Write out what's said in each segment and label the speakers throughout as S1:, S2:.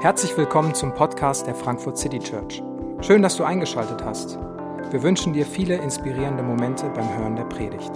S1: Herzlich willkommen zum Podcast der Frankfurt City Church. Schön, dass du eingeschaltet hast. Wir wünschen dir viele inspirierende Momente beim Hören der Predigt.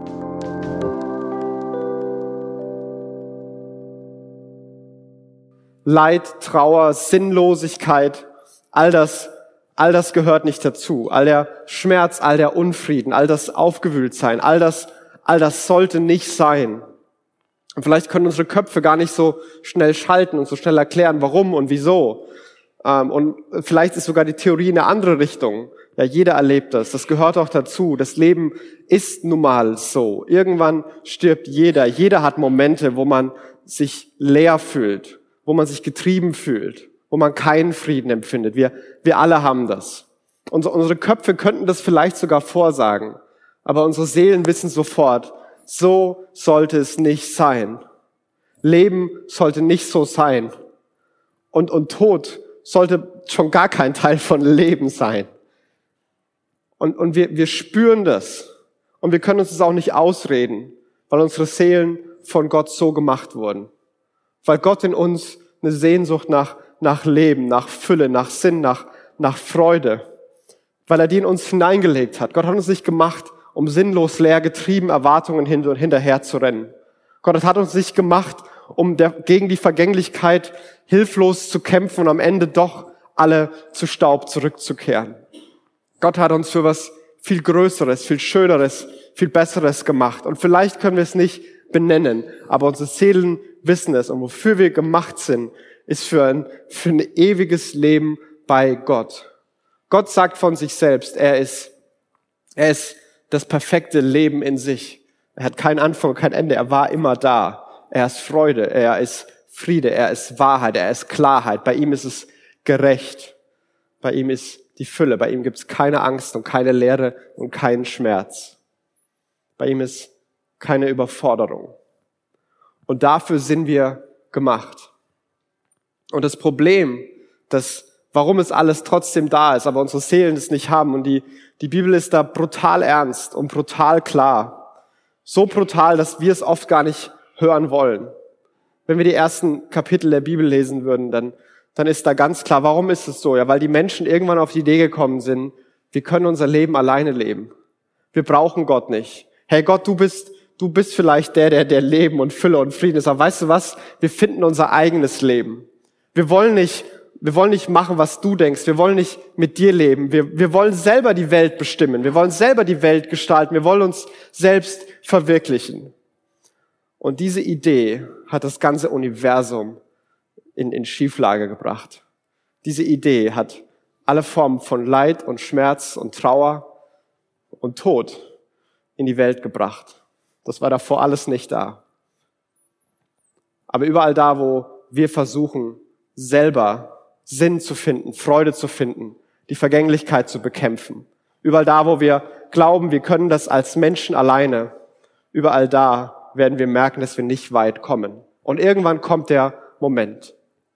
S2: Leid, Trauer, Sinnlosigkeit, all das gehört nicht dazu. All der Schmerz, all der Unfrieden, all das Aufgewühltsein, all das sollte nicht sein. Und vielleicht können unsere Köpfe gar nicht so schnell schalten und so schnell erklären, warum und wieso. Und vielleicht ist sogar die Theorie in eine andere Richtung. Ja, jeder erlebt das. Das gehört auch dazu. Das Leben ist nun mal so. Irgendwann stirbt jeder. Jeder hat Momente, wo man sich leer fühlt, wo man sich getrieben fühlt, wo man keinen Frieden empfindet. Wir alle haben das. Unsere Köpfe könnten das vielleicht sogar vorsagen. Aber unsere Seelen wissen sofort, so sollte es nicht sein. Leben sollte nicht so sein. Und Tod sollte schon gar kein Teil von Leben sein. Und wir spüren das. Und wir können uns das auch nicht ausreden, weil unsere Seelen von Gott so gemacht wurden. Weil Gott in uns eine Sehnsucht nach Leben, nach Fülle, nach Sinn, nach Freude, weil er die in uns hineingelegt hat. Gott hat uns nicht gemacht, um sinnlos leer getrieben Erwartungen hinterher zu rennen. Gott hat uns nicht gemacht, um gegen die Vergänglichkeit hilflos zu kämpfen und am Ende doch alle zu Staub zurückzukehren. Gott hat uns für was viel Größeres, viel Schöneres, viel Besseres gemacht. Und vielleicht können wir es nicht benennen, aber unsere Seelen wissen es. Und wofür wir gemacht sind, ist für ein ewiges Leben bei Gott. Gott sagt von sich selbst, er ist das perfekte Leben in sich. Er hat keinen Anfang, kein Ende. Er war immer da. Er ist Freude, er ist Friede, er ist Wahrheit, er ist Klarheit. Bei ihm ist es gerecht. Bei ihm ist die Fülle. Bei ihm gibt es keine Angst und keine Leere und keinen Schmerz. Bei ihm ist keine Überforderung. Und dafür sind wir gemacht. Und das Problem, warum es alles trotzdem da ist, aber unsere Seelen es nicht haben, und die Bibel ist da brutal ernst und brutal klar. So brutal, dass wir es oft gar nicht hören wollen. Wenn wir die ersten Kapitel der Bibel lesen würden, dann ist da ganz klar, warum ist es so? Ja, weil die Menschen irgendwann auf die Idee gekommen sind, wir können unser Leben alleine leben. Wir brauchen Gott nicht. Hey Gott, du bist vielleicht der Leben und Fülle und Frieden ist. Aber weißt du was? Wir finden unser eigenes Leben. Wir wollen nicht machen, was du denkst. Wir wollen nicht mit dir leben. Wir wollen selber die Welt bestimmen. Wir wollen selber die Welt gestalten. Wir wollen uns selbst verwirklichen. Und diese Idee hat das ganze Universum in Schieflage gebracht. Diese Idee hat alle Formen von Leid und Schmerz und Trauer und Tod in die Welt gebracht. Das war davor alles nicht da. Aber überall da, wo wir versuchen, selber Sinn zu finden, Freude zu finden, die Vergänglichkeit zu bekämpfen. Überall da, wo wir glauben, wir können das als Menschen alleine, überall da werden wir merken, dass wir nicht weit kommen. Und irgendwann kommt der Moment.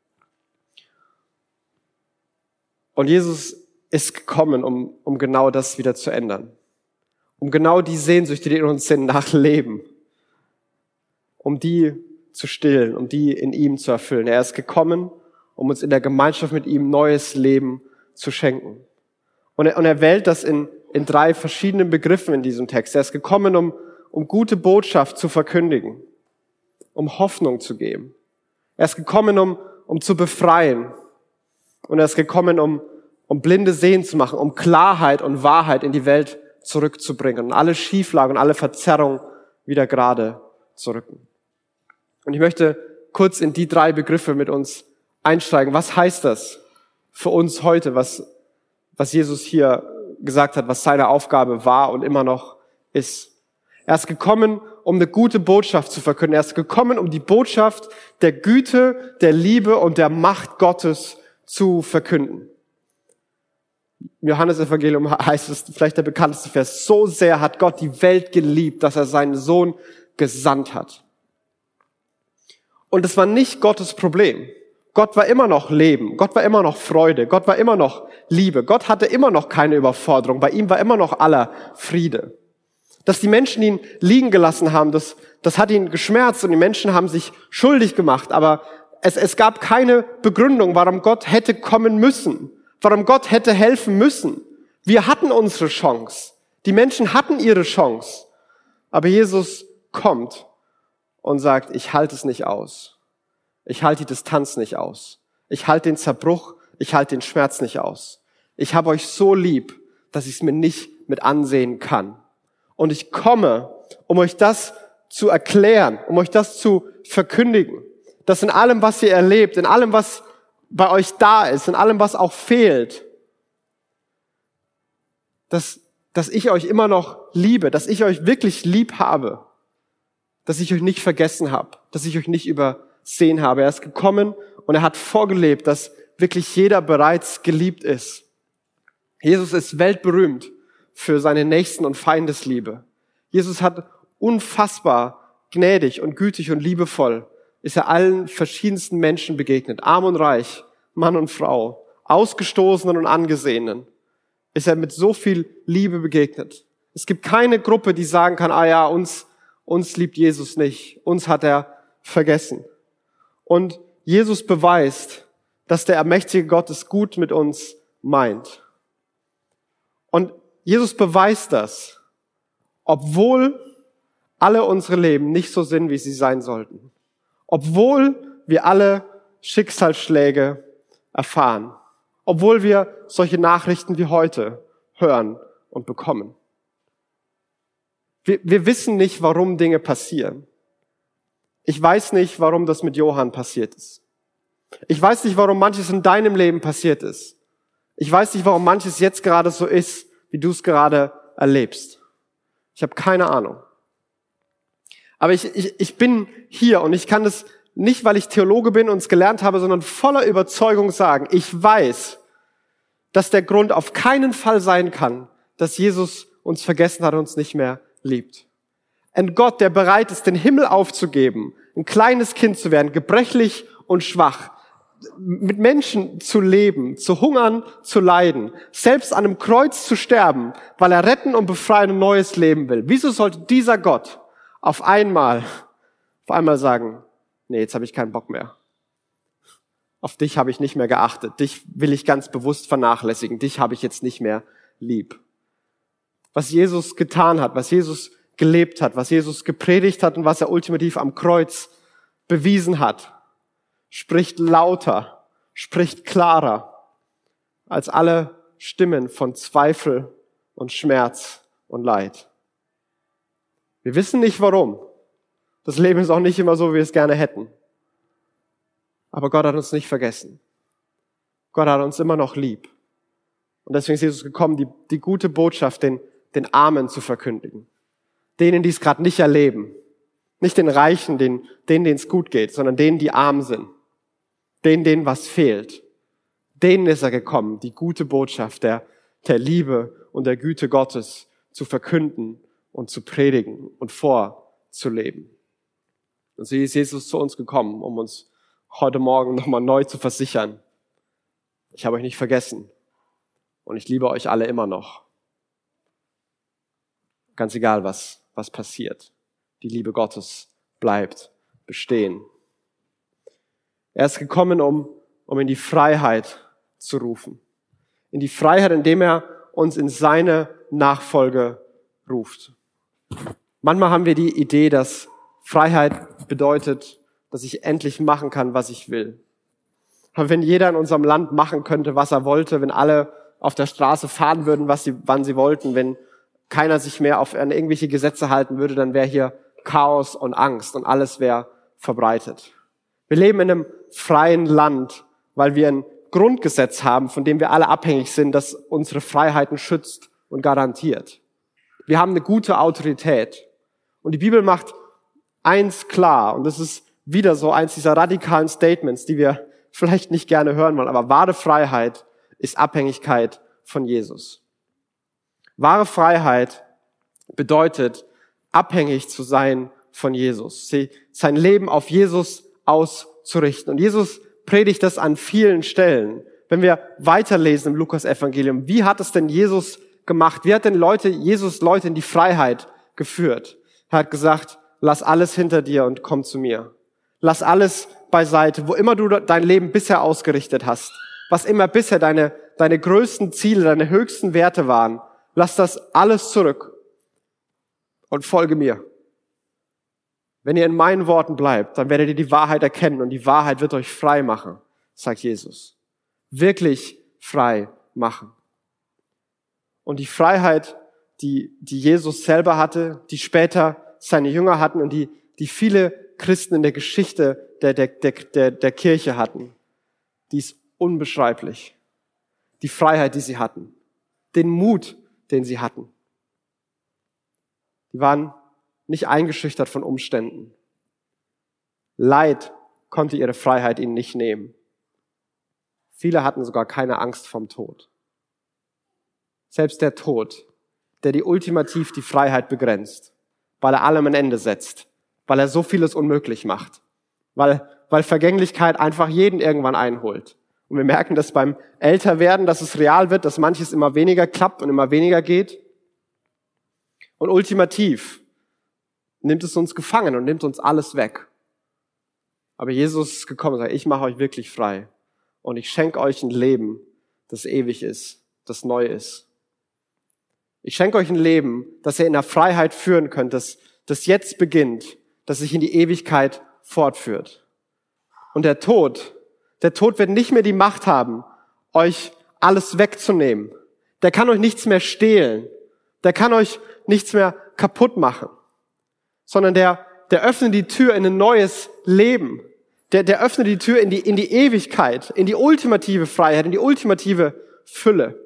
S2: Und Jesus ist gekommen, um genau das wieder zu ändern. Um genau die Sehnsüchte, die in uns sind, nach Leben. Um die zu stillen, um die in ihm zu erfüllen. Er ist gekommen, um uns in der Gemeinschaft mit ihm neues Leben zu schenken. Und er wählt das in 3 verschiedenen Begriffen in diesem Text. Er ist gekommen, um gute Botschaft zu verkündigen, um Hoffnung zu geben. Er ist gekommen, um zu befreien. Und er ist gekommen, um blinde sehen zu machen, um Klarheit und Wahrheit in die Welt zurückzubringen und alle Schieflagen und alle Verzerrungen wieder gerade zu rücken. Und ich möchte kurz in die 3 Begriffe mit uns einsteigen. Was heißt das für uns heute, was Jesus hier gesagt hat, was seine Aufgabe war und immer noch ist? Er ist gekommen, um eine gute Botschaft zu verkünden. Er ist gekommen, um die Botschaft der Güte, der Liebe und der Macht Gottes zu verkünden. Im Johannesevangelium heißt es, vielleicht der bekannteste Vers, so sehr hat Gott die Welt geliebt, dass er seinen Sohn gesandt hat. Und es war nicht Gottes Problem. Gott war immer noch Leben, Gott war immer noch Freude, Gott war immer noch Liebe, Gott hatte immer noch keine Überforderung, bei ihm war immer noch aller Friede. Dass die Menschen ihn liegen gelassen haben, das hat ihn geschmerzt und die Menschen haben sich schuldig gemacht, aber Es gab keine Begründung, warum Gott hätte kommen müssen, warum Gott hätte helfen müssen. Wir hatten unsere Chance. Die Menschen hatten ihre Chance. Aber Jesus kommt und sagt, ich halte es nicht aus. Ich halte die Distanz nicht aus. Ich halte den Zerbruch, ich halte den Schmerz nicht aus. Ich habe euch so lieb, dass ich es mir nicht mit ansehen kann. Und ich komme, um euch das zu erklären, um euch das zu verkündigen. Dass in allem, was ihr erlebt, in allem, was bei euch da ist, in allem, was auch fehlt, dass ich euch immer noch liebe, dass ich euch wirklich lieb habe, dass ich euch nicht vergessen habe, dass ich euch nicht übersehen habe. Er ist gekommen und er hat vorgelebt, dass wirklich jeder bereits geliebt ist. Jesus ist weltberühmt für seine Nächsten- und Feindesliebe. Jesus hat unfassbar gnädig und gütig und liebevoll ist er allen verschiedensten Menschen begegnet. Arm und reich, Mann und Frau, Ausgestoßenen und Angesehenen. Ist er mit so viel Liebe begegnet. Es gibt keine Gruppe, die sagen kann, uns liebt Jesus nicht, uns hat er vergessen. Und Jesus beweist, dass der allmächtige Gott es gut mit uns meint. Und Jesus beweist das, obwohl alle unsere Leben nicht so sind, wie sie sein sollten. Obwohl wir alle Schicksalsschläge erfahren. Obwohl wir solche Nachrichten wie heute hören und bekommen. Wir wissen nicht, warum Dinge passieren. Ich weiß nicht, warum das mit Johann passiert ist. Ich weiß nicht, warum manches in deinem Leben passiert ist. Ich weiß nicht, warum manches jetzt gerade so ist, wie du es gerade erlebst. Ich habe keine Ahnung. Aber ich bin hier und ich kann das nicht, weil ich Theologe bin und es gelernt habe, sondern voller Überzeugung sagen, ich weiß, dass der Grund auf keinen Fall sein kann, dass Jesus uns vergessen hat und uns nicht mehr liebt. Ein Gott, der bereit ist, den Himmel aufzugeben, ein kleines Kind zu werden, gebrechlich und schwach, mit Menschen zu leben, zu hungern, zu leiden, selbst an einem Kreuz zu sterben, weil er retten und befreien und neues Leben will. Wieso sollte dieser Gott auf einmal sagen, nee, jetzt habe ich keinen Bock mehr. Auf dich habe ich nicht mehr geachtet. Dich will ich ganz bewusst vernachlässigen. Dich habe ich jetzt nicht mehr lieb. Was Jesus getan hat, was Jesus gelebt hat, was Jesus gepredigt hat und was er ultimativ am Kreuz bewiesen hat, spricht lauter, spricht klarer als alle Stimmen von Zweifel und Schmerz und Leid. Wir wissen nicht warum. Das Leben ist auch nicht immer so, wie wir es gerne hätten. Aber Gott hat uns nicht vergessen. Gott hat uns immer noch lieb. Und deswegen ist Jesus gekommen, die gute Botschaft den Armen zu verkündigen. Denen, die es gerade nicht erleben. Nicht den Reichen, denen es gut geht, sondern denen, die arm sind. Denen was fehlt. Denen ist er gekommen, die gute Botschaft der Liebe und der Güte Gottes zu verkünden und zu predigen und vorzuleben. Und so ist Jesus zu uns gekommen, um uns heute Morgen nochmal neu zu versichern. Ich habe euch nicht vergessen und ich liebe euch alle immer noch. Ganz egal, was passiert. Die Liebe Gottes bleibt bestehen. Er ist gekommen, um in die Freiheit zu rufen. In die Freiheit, indem er uns in seine Nachfolge ruft. Manchmal haben wir die Idee, dass Freiheit bedeutet, dass ich endlich machen kann, was ich will. Aber wenn jeder in unserem Land machen könnte, was er wollte, wenn alle auf der Straße fahren würden, wann sie wollten, wenn keiner sich mehr an irgendwelche Gesetze halten würde, dann wäre hier Chaos und Angst und alles wäre verbreitet. Wir leben in einem freien Land, weil wir ein Grundgesetz haben, von dem wir alle abhängig sind, das unsere Freiheiten schützt und garantiert. Wir haben eine gute Autorität. Und die Bibel macht eins klar, und das ist wieder so eins dieser radikalen Statements, die wir vielleicht nicht gerne hören wollen, aber wahre Freiheit ist Abhängigkeit von Jesus. Wahre Freiheit bedeutet, abhängig zu sein von Jesus, sein Leben auf Jesus auszurichten. Und Jesus predigt das an vielen Stellen. Wenn wir weiterlesen im Lukas-Evangelium, wie hat es denn Jesus gemacht? Wie hat denn Jesus Leute in die Freiheit geführt? Er hat gesagt, lass alles hinter dir und komm zu mir. Lass alles beiseite, wo immer du dein Leben bisher ausgerichtet hast, was immer bisher deine größten Ziele, deine höchsten Werte waren, lass das alles zurück und folge mir. Wenn ihr in meinen Worten bleibt, dann werdet ihr die Wahrheit erkennen und die Wahrheit wird euch frei machen, sagt Jesus. Wirklich frei machen. Und die Freiheit, die Jesus selber hatte, die später seine Jünger hatten und die viele Christen in der Geschichte der Kirche hatten, die ist unbeschreiblich. Die Freiheit, die sie hatten, den Mut, den sie hatten. Die waren nicht eingeschüchtert von Umständen. Leid konnte ihre Freiheit ihnen nicht nehmen. Viele hatten sogar keine Angst vom Tod. Selbst der Tod, der die ultimativ die Freiheit begrenzt, weil er allem ein Ende setzt, weil er so vieles unmöglich macht, weil Vergänglichkeit einfach jeden irgendwann einholt. Und wir merken das beim Älterwerden, dass es real wird, dass manches immer weniger klappt und immer weniger geht. Und ultimativ nimmt es uns gefangen und nimmt uns alles weg. Aber Jesus ist gekommen und sagt, ich mache euch wirklich frei. Und ich schenke euch ein Leben, das ewig ist, das neu ist. Ich schenke euch ein Leben, das ihr in der Freiheit führen könnt, das jetzt beginnt, das sich in die Ewigkeit fortführt. Und der Tod wird nicht mehr die Macht haben, euch alles wegzunehmen. Der kann euch nichts mehr stehlen. Der kann euch nichts mehr kaputt machen. Sondern der öffnet die Tür in ein neues Leben. Der öffnet die Tür in die Ewigkeit, in die ultimative Freiheit, in die ultimative Fülle.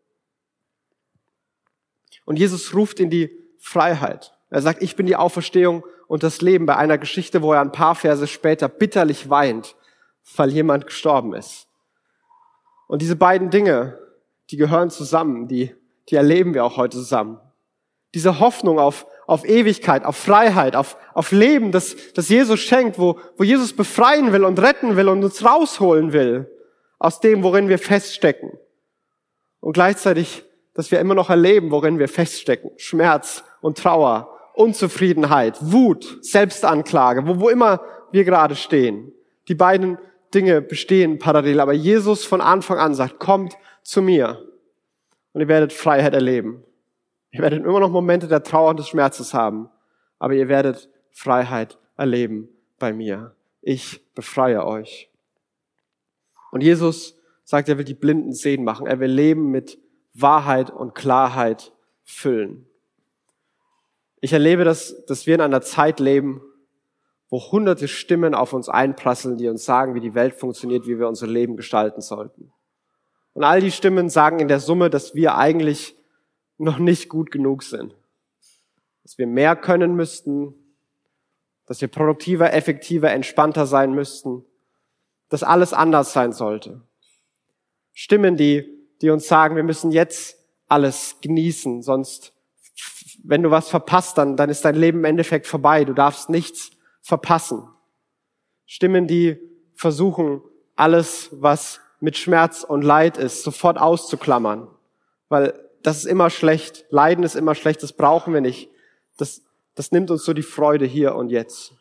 S2: Und Jesus ruft in die Freiheit. Er sagt, ich bin die Auferstehung und das Leben, bei einer Geschichte, wo er ein paar Verse später bitterlich weint, weil jemand gestorben ist. Und diese beiden Dinge, die gehören zusammen, die erleben wir auch heute zusammen. Diese Hoffnung auf Ewigkeit, auf Freiheit, auf Leben, das Jesus schenkt, wo Jesus befreien will und retten will und uns rausholen will aus dem, worin wir feststecken. Und gleichzeitig, dass wir immer noch erleben, worin wir feststecken. Schmerz und Trauer, Unzufriedenheit, Wut, Selbstanklage, wo immer wir gerade stehen. Die beiden Dinge bestehen parallel, aber Jesus von Anfang an sagt, kommt zu mir und ihr werdet Freiheit erleben. Ihr werdet immer noch Momente der Trauer und des Schmerzes haben, aber ihr werdet Freiheit erleben bei mir. Ich befreie euch. Und Jesus sagt, er will die Blinden sehen machen. Er will Leben mit Wahrheit und Klarheit füllen. Ich erlebe, dass wir in einer Zeit leben, wo hunderte Stimmen auf uns einprasseln, die uns sagen, wie die Welt funktioniert, wie wir unser Leben gestalten sollten. Und all die Stimmen sagen in der Summe, dass wir eigentlich noch nicht gut genug sind. Dass wir mehr können müssten, dass wir produktiver, effektiver, entspannter sein müssten, dass alles anders sein sollte. Stimmen, die uns sagen, wir müssen jetzt alles genießen, sonst, wenn du was verpasst, dann ist dein Leben im Endeffekt vorbei, du darfst nichts verpassen. Stimmen, die versuchen, alles, was mit Schmerz und Leid ist, sofort auszuklammern, weil das ist immer schlecht, Leiden ist immer schlecht, das brauchen wir nicht. Das nimmt uns so die Freude hier und jetzt.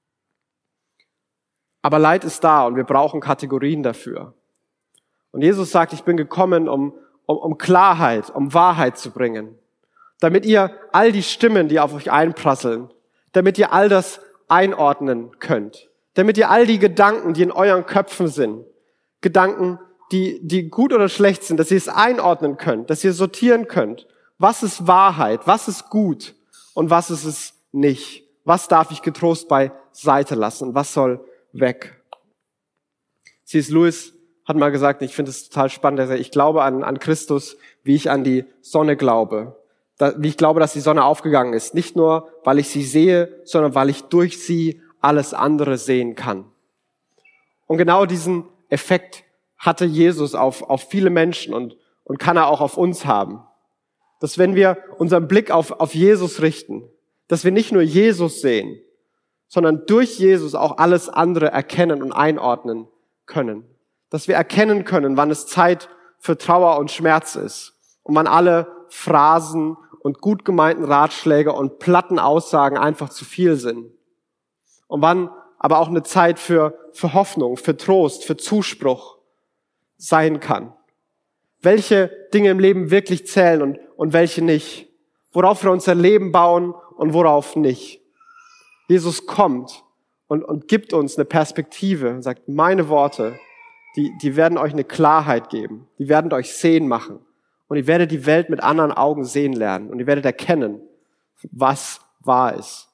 S2: Aber Leid ist da und wir brauchen Kategorien dafür. Und Jesus sagt, ich bin gekommen, um Klarheit, um Wahrheit zu bringen. Damit ihr all die Stimmen, die auf euch einprasseln, damit ihr all das einordnen könnt. Damit ihr all die Gedanken, die in euren Köpfen sind, Gedanken, die gut oder schlecht sind, dass ihr es einordnen könnt, dass ihr sortieren könnt. Was ist Wahrheit? Was ist gut? Und was ist es nicht? Was darf ich getrost beiseite lassen? Was soll weg? C.S. Lewis hat mal gesagt, ich finde es total spannend, er sagt, ich glaube an Christus, wie ich an die Sonne glaube. Wie ich glaube, dass die Sonne aufgegangen ist. Nicht nur, weil ich sie sehe, sondern weil ich durch sie alles andere sehen kann. Und genau diesen Effekt hatte Jesus auf viele Menschen und kann er auch auf uns haben. Dass wenn wir unseren Blick auf Jesus richten, dass wir nicht nur Jesus sehen, sondern durch Jesus auch alles andere erkennen und einordnen können. Dass wir erkennen können, wann es Zeit für Trauer und Schmerz ist und wann alle Phrasen und gut gemeinten Ratschläge und platten Aussagen einfach zu viel sind. Und wann aber auch eine Zeit für Hoffnung, für Trost, für Zuspruch sein kann. Welche Dinge im Leben wirklich zählen und welche nicht. Worauf wir unser Leben bauen und worauf nicht. Jesus kommt und gibt uns eine Perspektive und sagt, meine Worte, die werden euch eine Klarheit geben. Die werden euch sehen machen. Und ihr werdet die Welt mit anderen Augen sehen lernen. Und ihr werdet erkennen, was wahr ist.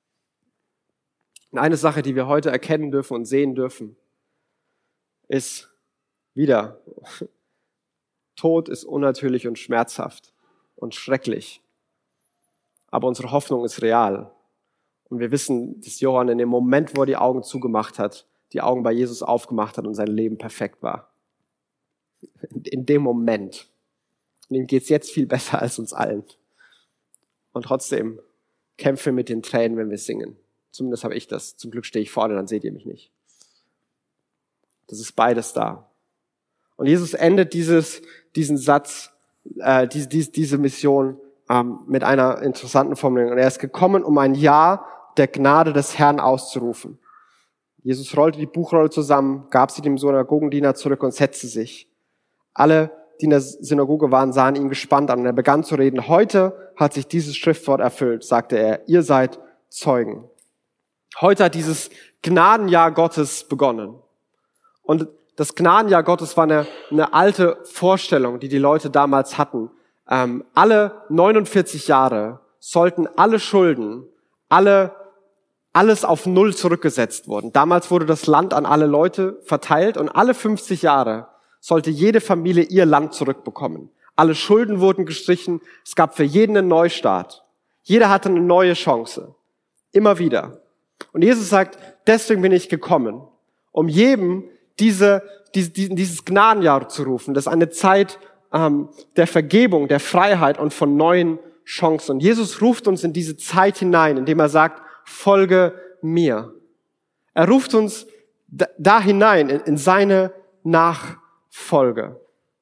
S2: Und eine Sache, die wir heute erkennen dürfen und sehen dürfen, ist wieder, Tod ist unnatürlich und schmerzhaft und schrecklich. Aber unsere Hoffnung ist real. Und wir wissen, dass Johann in dem Moment, wo er die Augen zugemacht hat, die Augen bei Jesus aufgemacht hat und sein Leben perfekt war. In dem Moment. Und ihm geht's jetzt viel besser als uns allen. Und trotzdem kämpfen wir mit den Tränen, wenn wir singen. Zumindest habe ich das. Zum Glück stehe ich vorne, dann seht ihr mich nicht. Das ist beides da. Und Jesus endet diesen Satz, diese Mission mit einer interessanten Formulierung. Und er ist gekommen, um ein Ja der Gnade des Herrn auszurufen. Jesus rollte die Buchrolle zusammen, gab sie dem Synagogendiener zurück und setzte sich. Alle, die in der Synagoge waren, sahen ihn gespannt an und er begann zu reden. Heute hat sich dieses Schriftwort erfüllt, sagte er. Ihr seid Zeugen. Heute hat dieses Gnadenjahr Gottes begonnen. Und das Gnadenjahr Gottes war eine alte Vorstellung, die Leute damals hatten. Alle 49 Jahre sollten alle Schulden, alles auf Null zurückgesetzt wurden. Damals wurde das Land an alle Leute verteilt und alle 50 Jahre sollte jede Familie ihr Land zurückbekommen. Alle Schulden wurden gestrichen, es gab für jeden einen Neustart. Jeder hatte eine neue Chance. Immer wieder. Und Jesus sagt, deswegen bin ich gekommen, um jedem dieses Gnadenjahr zu rufen. Das ist eine Zeit der Vergebung, der Freiheit und von neuen Chancen. Und Jesus ruft uns in diese Zeit hinein, indem er sagt, folge mir. Er ruft uns da hinein, in seine Nachfolge.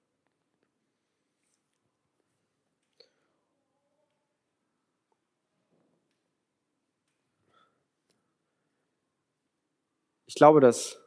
S2: Ich glaube, dass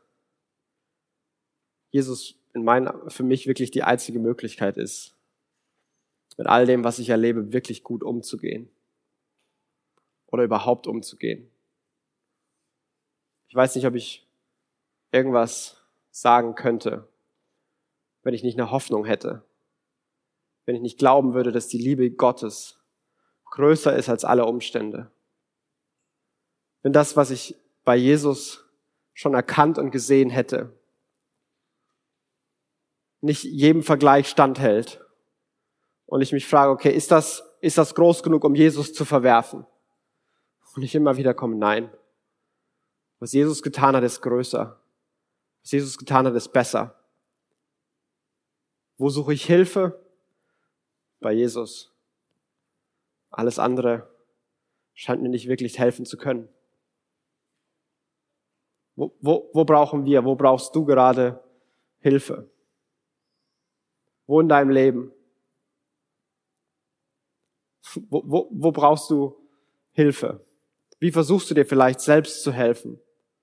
S2: Jesus für mich wirklich die einzige Möglichkeit ist, mit all dem, was ich erlebe, wirklich gut umzugehen. Oder überhaupt umzugehen. Ich weiß nicht, ob ich irgendwas sagen könnte, wenn ich nicht eine Hoffnung hätte. Wenn ich nicht glauben würde, dass die Liebe Gottes größer ist als alle Umstände. Wenn das, was ich bei Jesus schon erkannt und gesehen hätte, nicht jedem Vergleich standhält. Und ich mich frage, okay, ist das groß genug, um Jesus zu verwerfen? Und ich immer wieder komme, nein. Was Jesus getan hat, ist größer. Was Jesus getan hat, ist besser. Wo suche ich Hilfe? Bei Jesus. Alles andere scheint mir nicht wirklich helfen zu können. Wo brauchen wir, wo brauchst du gerade Hilfe? Wo in deinem Leben? Wo brauchst du Hilfe? Wie versuchst du dir vielleicht selbst zu helfen?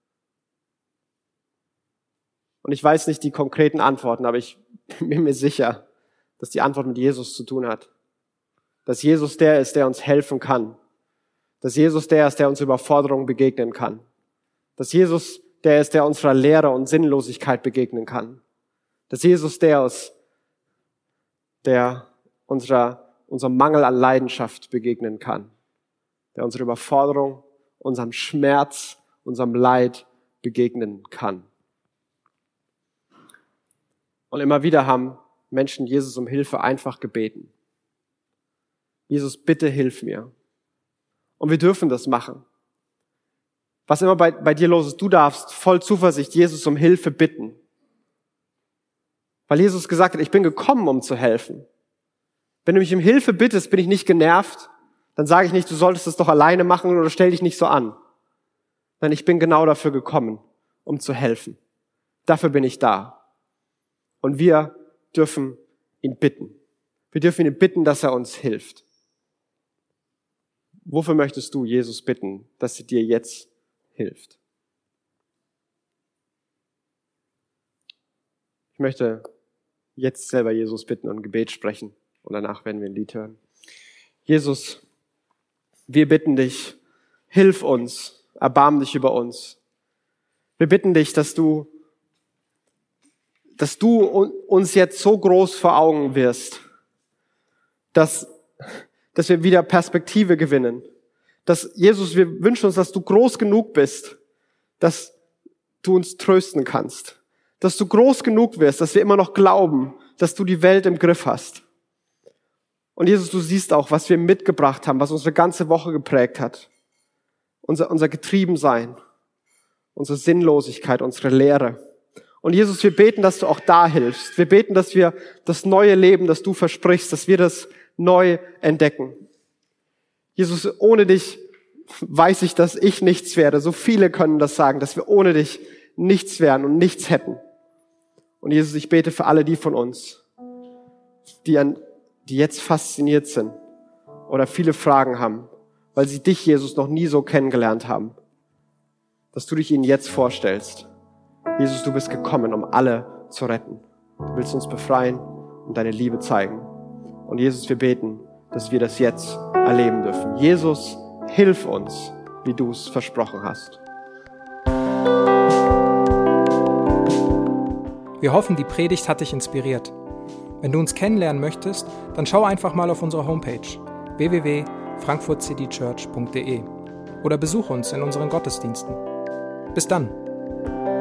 S2: Und ich weiß nicht die konkreten Antworten, aber ich bin mir sicher, dass die Antwort mit Jesus zu tun hat. Dass Jesus der ist, der uns helfen kann. Dass Jesus der ist, der uns Überforderungen begegnen kann. Dass Jesus der ist, der unserer Leere und Sinnlosigkeit begegnen kann. Dass Jesus der ist, der unserem Mangel an Leidenschaft begegnen kann. Der unserer Überforderung, unserem Schmerz, unserem Leid begegnen kann. Und immer wieder haben Menschen Jesus um Hilfe einfach gebeten. Jesus, bitte hilf mir. Und wir dürfen das machen. Was immer bei dir los ist, du darfst voll Zuversicht Jesus um Hilfe bitten. Weil Jesus gesagt hat, ich bin gekommen, um zu helfen. Wenn du mich um Hilfe bittest, bin ich nicht genervt. Dann sage ich nicht, du solltest es doch alleine machen oder stell dich nicht so an. Denn ich bin genau dafür gekommen, um zu helfen. Dafür bin ich da. Und wir dürfen ihn bitten. Wir dürfen ihn bitten, dass er uns hilft. Wofür möchtest du Jesus bitten, dass er dir jetzt hilft? Ich möchte jetzt selber Jesus bitten und ein Gebet sprechen und danach werden wir ein Lied hören. Jesus, wir bitten dich, hilf uns, erbarm dich über uns. Wir bitten dich, dass du uns jetzt so groß vor Augen wirst, dass wir wieder Perspektive gewinnen. Jesus, wir wünschen uns, dass du groß genug bist, dass du uns trösten kannst. Dass du groß genug wirst, dass wir immer noch glauben, dass du die Welt im Griff hast. Und Jesus, du siehst auch, was wir mitgebracht haben, was unsere ganze Woche geprägt hat. Unser Getriebensein, unsere Sinnlosigkeit, unsere Leere. Und Jesus, wir beten, dass du auch da hilfst. Wir beten, dass wir das neue Leben, das du versprichst, dass wir das neu entdecken. Jesus, ohne dich weiß ich, dass ich nichts werde. So viele können das sagen, dass wir ohne dich nichts wären und nichts hätten. Und Jesus, ich bete für alle die von uns, die jetzt fasziniert sind oder viele Fragen haben, weil sie dich, Jesus, noch nie so kennengelernt haben, dass du dich ihnen jetzt vorstellst. Jesus, du bist gekommen, um alle zu retten. Du willst uns befreien und deine Liebe zeigen. Und Jesus, wir beten, dass wir das jetzt erleben dürfen. Jesus, hilf uns, wie du es versprochen hast.
S1: Wir hoffen, die Predigt hat dich inspiriert. Wenn du uns kennenlernen möchtest, dann schau einfach mal auf unsere Homepage www.frankfurtcitychurch.de oder besuche uns in unseren Gottesdiensten. Bis dann!